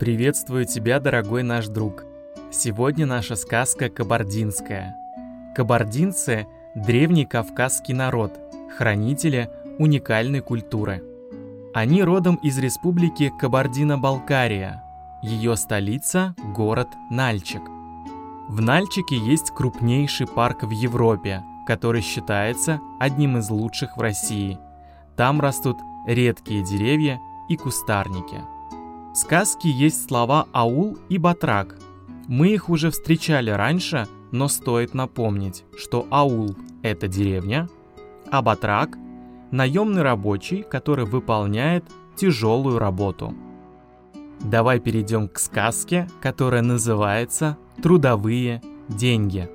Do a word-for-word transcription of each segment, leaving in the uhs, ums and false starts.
Приветствую тебя, дорогой наш друг. Сегодня наша сказка кабардинская. Кабардинцы – древний кавказский народ, хранители уникальной культуры. Они родом из республики Кабардино-Балкария. Ее столица – город Нальчик. В Нальчике есть крупнейший парк в Европе, который считается одним из лучших в России. Там растут редкие деревья и кустарники. В сказке есть слова «аул» и «батрак». Мы их уже встречали раньше, но стоит напомнить, что аул – это деревня, а батрак – наемный рабочий, который выполняет тяжелую работу. Давай перейдем к сказке, которая называется «Трудовые деньги».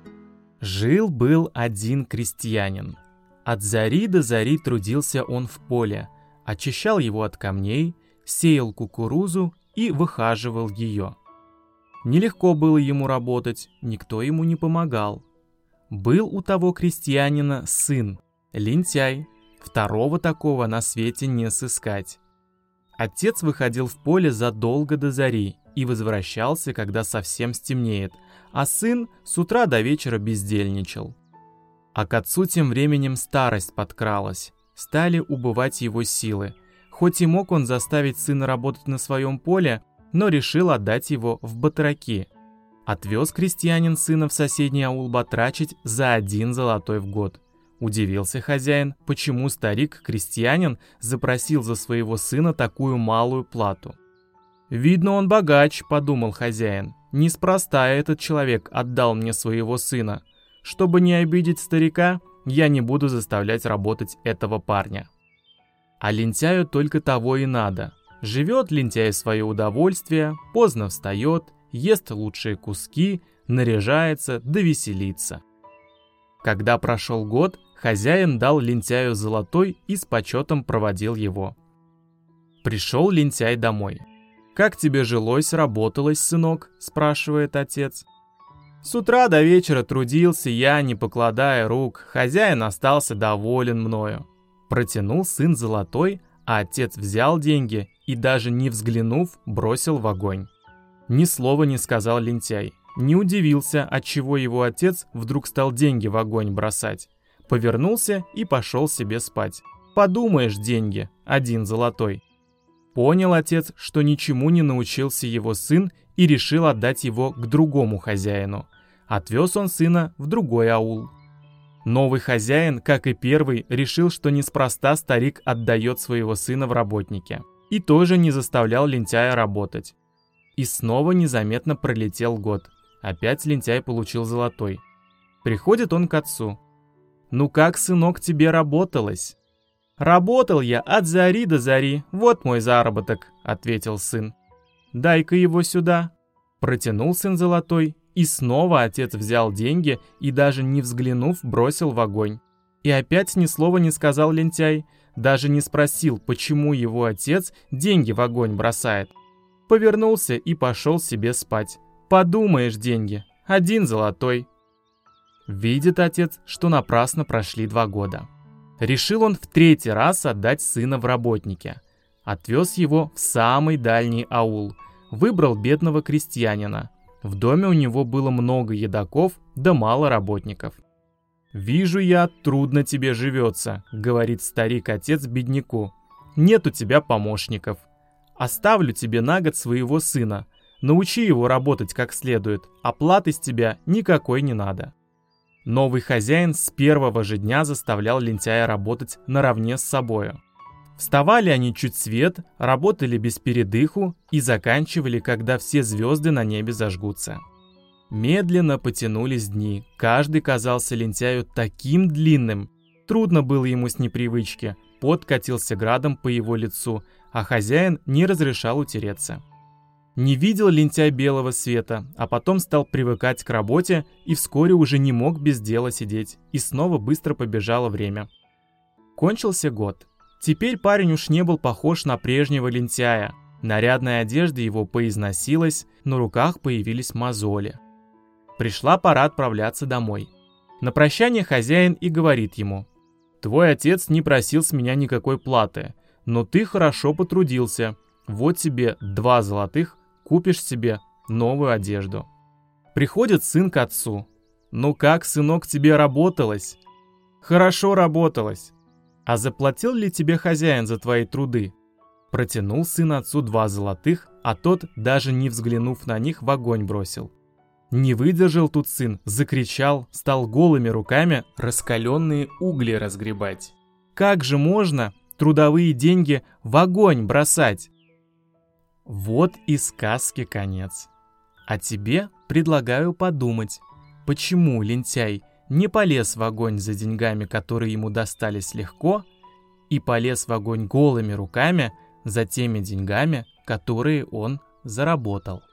Жил-был один крестьянин. От зари до зари трудился он в поле, очищал его от камней, сеял кукурузу и выхаживал ее. Нелегко было ему работать, никто ему не помогал. Был у того крестьянина сын, лентяй, второго такого на свете не сыскать. Отец выходил в поле задолго до зари и возвращался, когда совсем стемнеет, а сын с утра до вечера бездельничал. А к отцу тем временем старость подкралась, стали убывать его силы. Хоть и мог он заставить сына работать на своем поле, но решил отдать его в батраки. Отвез крестьянин сына в соседний аул батрачить за один золотой в год. Удивился хозяин, почему старик-крестьянин запросил за своего сына такую малую плату. «Видно, он богач», — подумал хозяин. «Неспроста этот человек отдал мне своего сына. Чтобы не обидеть старика, я не буду заставлять работать этого парня». А лентяю только того и надо. Живет лентяй в свое удовольствие, поздно встает, ест лучшие куски, наряжается да веселится. Когда прошел год, хозяин дал лентяю золотой и с почетом проводил его. Пришел лентяй домой. «Как тебе жилось, работалось, сынок?» – спрашивает отец. «С утра до вечера трудился я, не покладая рук, хозяин остался доволен мною». Протянул сын золотой, а отец взял деньги и, даже не взглянув, бросил в огонь. Ни слова не сказал лентяй, не удивился, отчего его отец вдруг стал деньги в огонь бросать. Повернулся и пошел себе спать. Подумаешь, деньги, один золотой. Понял отец, что ничему не научился его сын, и решил отдать его к другому хозяину. Отвез он сына в другой аул. Новый хозяин, как и первый, решил, что неспроста старик отдает своего сына в работники. И тоже не заставлял лентяя работать. И снова незаметно пролетел год. Опять лентяй получил золотой. Приходит он к отцу. «Ну как, сынок, тебе работалось?» «Работал я от зари до зари, вот мой заработок», — ответил сын. «Дай-ка его сюда». Протянул сын золотой, и снова отец взял деньги и, даже не взглянув, бросил в огонь. И опять ни слова не сказал лентяй, даже не спросил, почему его отец деньги в огонь бросает. Повернулся и пошел себе спать. Подумаешь, деньги, один золотой. Видит отец, что напрасно прошли два года. Решил он в третий раз отдать сына в работники. Отвез его в самый дальний аул, выбрал бедного крестьянина. В доме у него было много едоков, да мало работников. «Вижу я, трудно тебе живется», — говорит старик-отец бедняку. «Нет у тебя помощников. Оставлю тебе на год своего сына. Научи его работать как следует, оплаты с тебя никакой не надо». Новый хозяин с первого же дня заставлял лентяя работать наравне с собою. Вставали они чуть свет, работали без передыху и заканчивали, когда все звезды на небе зажгутся. Медленно потянулись дни, каждый казался лентяю таким длинным. Трудно было ему с непривычки, пот катился градом по его лицу, а хозяин не разрешал утереться. Не видел лентяй белого света, а потом стал привыкать к работе и вскоре уже не мог без дела сидеть, и снова быстро побежало время. Кончился год. Теперь парень уж не был похож на прежнего лентяя. Нарядная одежда его поизносилась, на руках появились мозоли. Пришла пора отправляться домой. На прощание хозяин и говорит ему: «Твой отец не просил с меня никакой платы, но ты хорошо потрудился. Вот тебе два золотых купишь себе новую одежду. Приходит сын к отцу. «Ну как, сынок, тебе работалось?» «Хорошо работалось». «А заплатил ли тебе хозяин за твои труды?» Протянул сын отцу два золотых, а тот, даже не взглянув на них, в огонь бросил. Не выдержал тут сын, закричал, стал голыми руками раскаленные угли разгребать. Как же можно трудовые деньги в огонь бросать? Вот и сказки конец. А тебе предлагаю подумать, почему лентяй не полез в огонь за деньгами, которые ему достались легко, и полез в огонь голыми руками за теми деньгами, которые он заработал.